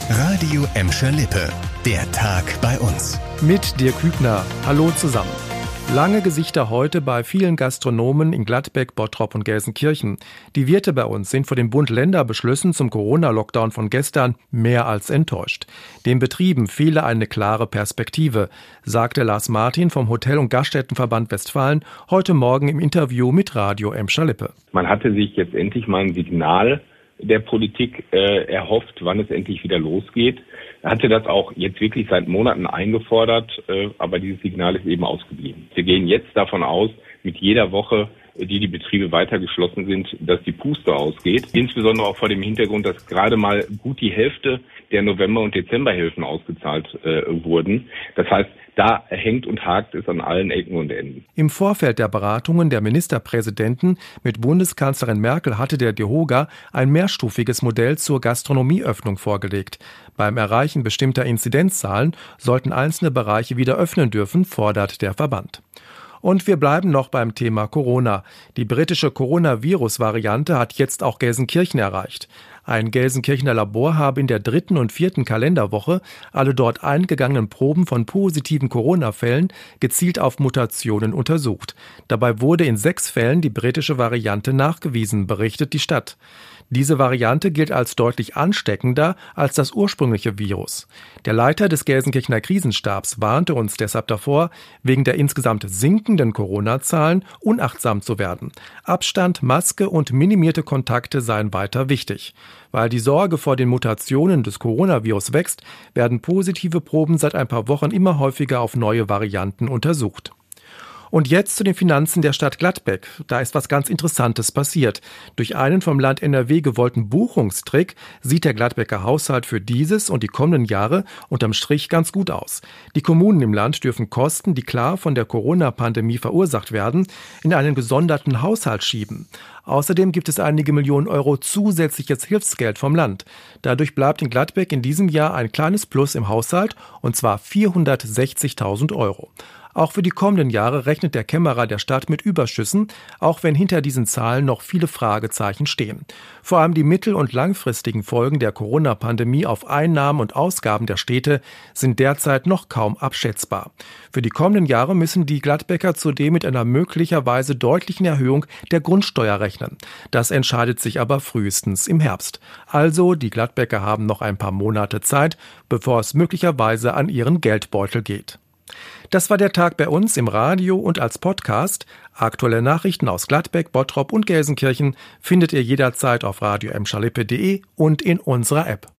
Radio Emscher Lippe. Der Tag bei uns. Mit Dirk Hübner. Hallo zusammen. Lange Gesichter heute bei vielen Gastronomen in Gladbeck, Bottrop und Gelsenkirchen. Die Wirte bei uns sind vor den Bund-Länder-Beschlüssen zum Corona-Lockdown von gestern mehr als enttäuscht. Den Betrieben fehle eine klare Perspektive, sagte Lars Martin vom Hotel- und Gaststättenverband Westfalen heute Morgen im Interview mit Radio Emscher Lippe. Man hatte sich jetzt endlich mal ein Signal der Politik erhofft, wann es endlich wieder losgeht. Er hatte das auch jetzt wirklich seit Monaten eingefordert, aber dieses Signal ist eben ausgeblieben. Wir gehen jetzt davon aus, mit jeder Woche, die Betriebe weiter geschlossen sind, dass die Puste ausgeht. Insbesondere auch vor dem Hintergrund, dass gerade mal gut die Hälfte der November- und Dezemberhilfen ausgezahlt wurden. Das heißt, da hängt und hakt es an allen Ecken und Enden. Im Vorfeld der Beratungen der Ministerpräsidenten mit Bundeskanzlerin Merkel hatte der DEHOGA ein mehrstufiges Modell zur Gastronomieöffnung vorgelegt. Beim Erreichen bestimmter Inzidenzzahlen sollten einzelne Bereiche wieder öffnen dürfen, fordert der Verband. Und wir bleiben noch beim Thema Corona. Die britische Coronavirus-Variante hat jetzt auch Gelsenkirchen erreicht. Ein Gelsenkirchener Labor habe in der 3. und 4. Kalenderwoche alle dort eingegangenen Proben von positiven Corona-Fällen gezielt auf Mutationen untersucht. Dabei wurde in 6 Fällen die britische Variante nachgewiesen, berichtet die Stadt. Diese Variante gilt als deutlich ansteckender als das ursprüngliche Virus. Der Leiter des Gelsenkirchener Krisenstabs warnte uns deshalb davor, wegen der insgesamt sinkenden Corona-Zahlen unachtsam zu werden. Abstand, Maske und minimierte Kontakte seien weiter wichtig. Weil die Sorge vor den Mutationen des Coronavirus wächst, werden positive Proben seit ein paar Wochen immer häufiger auf neue Varianten untersucht. Und jetzt zu den Finanzen der Stadt Gladbeck. Da ist was ganz Interessantes passiert. Durch einen vom Land NRW gewollten Buchungstrick sieht der Gladbecker Haushalt für dieses und die kommenden Jahre unterm Strich ganz gut aus. Die Kommunen im Land dürfen Kosten, die klar von der Corona-Pandemie verursacht werden, in einen gesonderten Haushalt schieben. Außerdem gibt es einige Millionen Euro zusätzliches Hilfsgeld vom Land. Dadurch bleibt in Gladbeck in diesem Jahr ein kleines Plus im Haushalt, und zwar 460.000 Euro. Auch für die kommenden Jahre rechnet der Kämmerer der Stadt mit Überschüssen, auch wenn hinter diesen Zahlen noch viele Fragezeichen stehen. Vor allem die mittel- und langfristigen Folgen der Corona-Pandemie auf Einnahmen und Ausgaben der Städte sind derzeit noch kaum abschätzbar. Für die kommenden Jahre müssen die Gladbecker zudem mit einer möglicherweise deutlichen Erhöhung der Grundsteuer rechnen. Das entscheidet sich aber frühestens im Herbst. Also, die Gladbecker haben noch ein paar Monate Zeit, bevor es möglicherweise an ihren Geldbeutel geht. Das war der Tag bei uns im Radio und als Podcast. Aktuelle Nachrichten aus Gladbeck, Bottrop und Gelsenkirchen findet ihr jederzeit auf radioemscherlippe.de und in unserer App.